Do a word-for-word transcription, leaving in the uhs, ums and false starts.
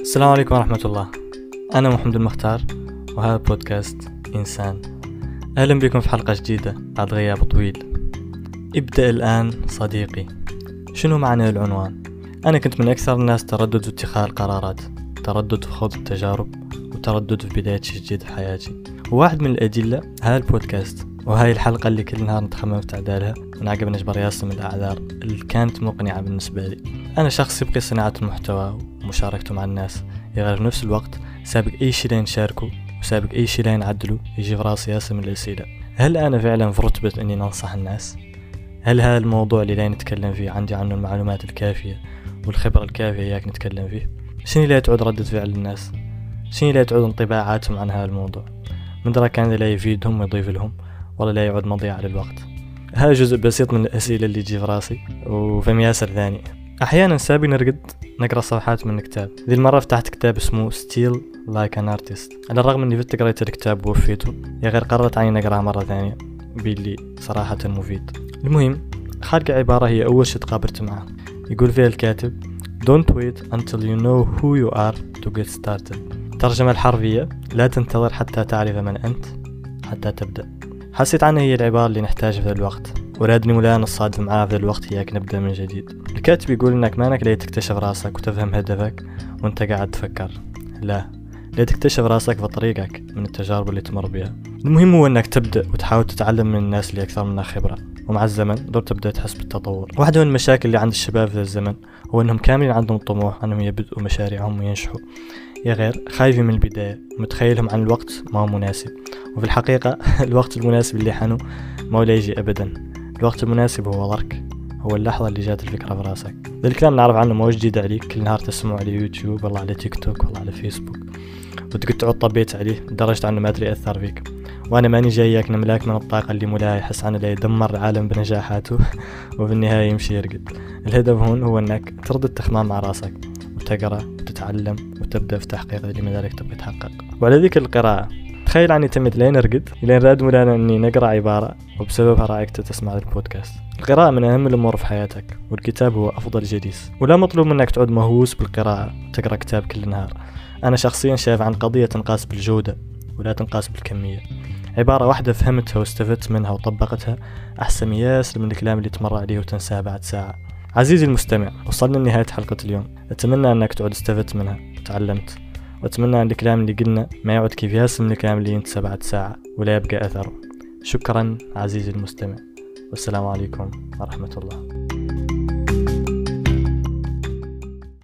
السلام عليكم ورحمة الله. أنا محمد المختار وهذا بودكاست إنسان. أهلا بكم في حلقة جديدة بعد غياب طويل. ابدأ الآن صديقي. شنو معنى العنوان؟ أنا كنت من أكثر الناس تردد في اتخاذ القرارات، تردد في خوض التجارب، وتردد في بداية شيء جديد في حياتي. وواحد من الأدلة هذا البودكاست وهاي الحلقة اللي كل نهار نتخمم في تعدالها ونعقب نجبر ياسم من الأعذار اللي كانت مقنعة بالنسبة لي. أنا شخص يبقي صناعة المحتوى ومشاركته مع الناس، يغير في نفس الوقت سابق أي شيء لين شاركه وسابق أي شيء لين عدله. يجي في راسي ياسم من الأسئلة: هل أنا فعلا في رتبة أني ننصح الناس؟ هل هذا الموضوع اللي لا نتكلم فيه عندي عنه المعلومات الكافية والخبرة الكافية ياك نتكلم فيه؟ شنو لا تعود ردة فعل الناس؟ شنو لا تعود انطباعاتهم عن هذا الموضوع؟ من درا كان لا يفيدهم ويضيف لهم ولا لا يعود مضيعة للوقت؟ هذا جزء بسيط من الأسئلة اللي تجي في راسي. وفم ياسر ثاني أحيانا سابي نرقد نقرأ صفحات من كتاب. ذي المرة فتحت كتاب اسمه Still Like an Artist. على الرغم أني فت قريت الكتاب ووفيته، يا غير قررت عني نقرأه مرة ثانية بيلي صراحة مفيد. المهم، خارج عبارة هي أول شيء تقابلت معه. يقول فيها الكاتب: Don't wait until you know who you are to get started. ترجمة الحرفية: لا تنتظر حتى تعرف من أنت حتى تبدأ. حسيت عنها هي العبارة اللي نحتاجها في الوقت، ورادني ولا نصادف معاه في الوقت هياك نبدأ من جديد. الكاتب يقول إنك مانك لا تكتشف راسك وتفهم هدفك وانت قاعد تفكر، لا لا تكتشف راسك في طريقك من التجارب اللي تمر بها. المهم هو إنك تبدأ وتحاول تتعلم من الناس اللي أكثر منك خبرة، ومع الزمن دور تبدأ تحس بالتطور. واحدة من المشاكل اللي عند الشباب في الزمن هو إنهم كاملين عندهم طموح أنهم يبدأوا مشاريعهم وينجحوا، يا غير خايفين من البداية ومتخيلهم عن الوقت ما هو مناسب. وفي الحقيقة الوقت المناسب اللي حنو ما ولا يجي أبدا. الوقت المناسب هو ضرك، هو اللحظة اللي جات الفكرة في راسك. ذا الكلام نعرف عنه ما هو جديد عليك، كل نهار تسمعه على يوتيوب والله على تيك توك والله على فيسبوك، وتقعد تعود طبيت عليه لدرجة عنه ما أدري أثر فيك. وأنا ماني جايك نملاك من الطاقة اللي مولاها يحس عنه لا يدمر العالم بنجاحاته وفي النهاية يمشي يرقد. الهدف هون هو أنك ترد التخمام مع راسك وتقرأ وتتعلم وتبدأ في تحقيق اللي من ذلك تبغي تحقق. وعلى ذيك القراءة تخيل عني تمت لين أرقد لين راد مولانا أني نقرأ عبارة وبسببها رأيك تسمع البودكاست. القراءة من أهم الأمور في حياتك، والكتاب هو أفضل جليس، ولا مطلوب منك تعود مهووس بالقراءة تقرأ كتاب كل نهار. أنا شخصيا شايف عن قضية تنقاس بالجودة ولا تنقاس بالكمية. عبارة واحدة فهمتها واستفدت منها وطبقتها أحسن ياسر من الكلام اللي تمر عليه وتنساه بعد ساعة. عزيزي المستمع، وصلنا لنهاية حلقة اليوم. أتمنى أنك تعود استفدت منها وتعلمت، وأتمنى أن الكلام اللي قلنا ما يعود كيف ياسر من الكلام اللي ينتسى بعد ساعة ولا يبقى أثره. شكرا عزيزي المستمع، والسلام عليكم ورحمة الله.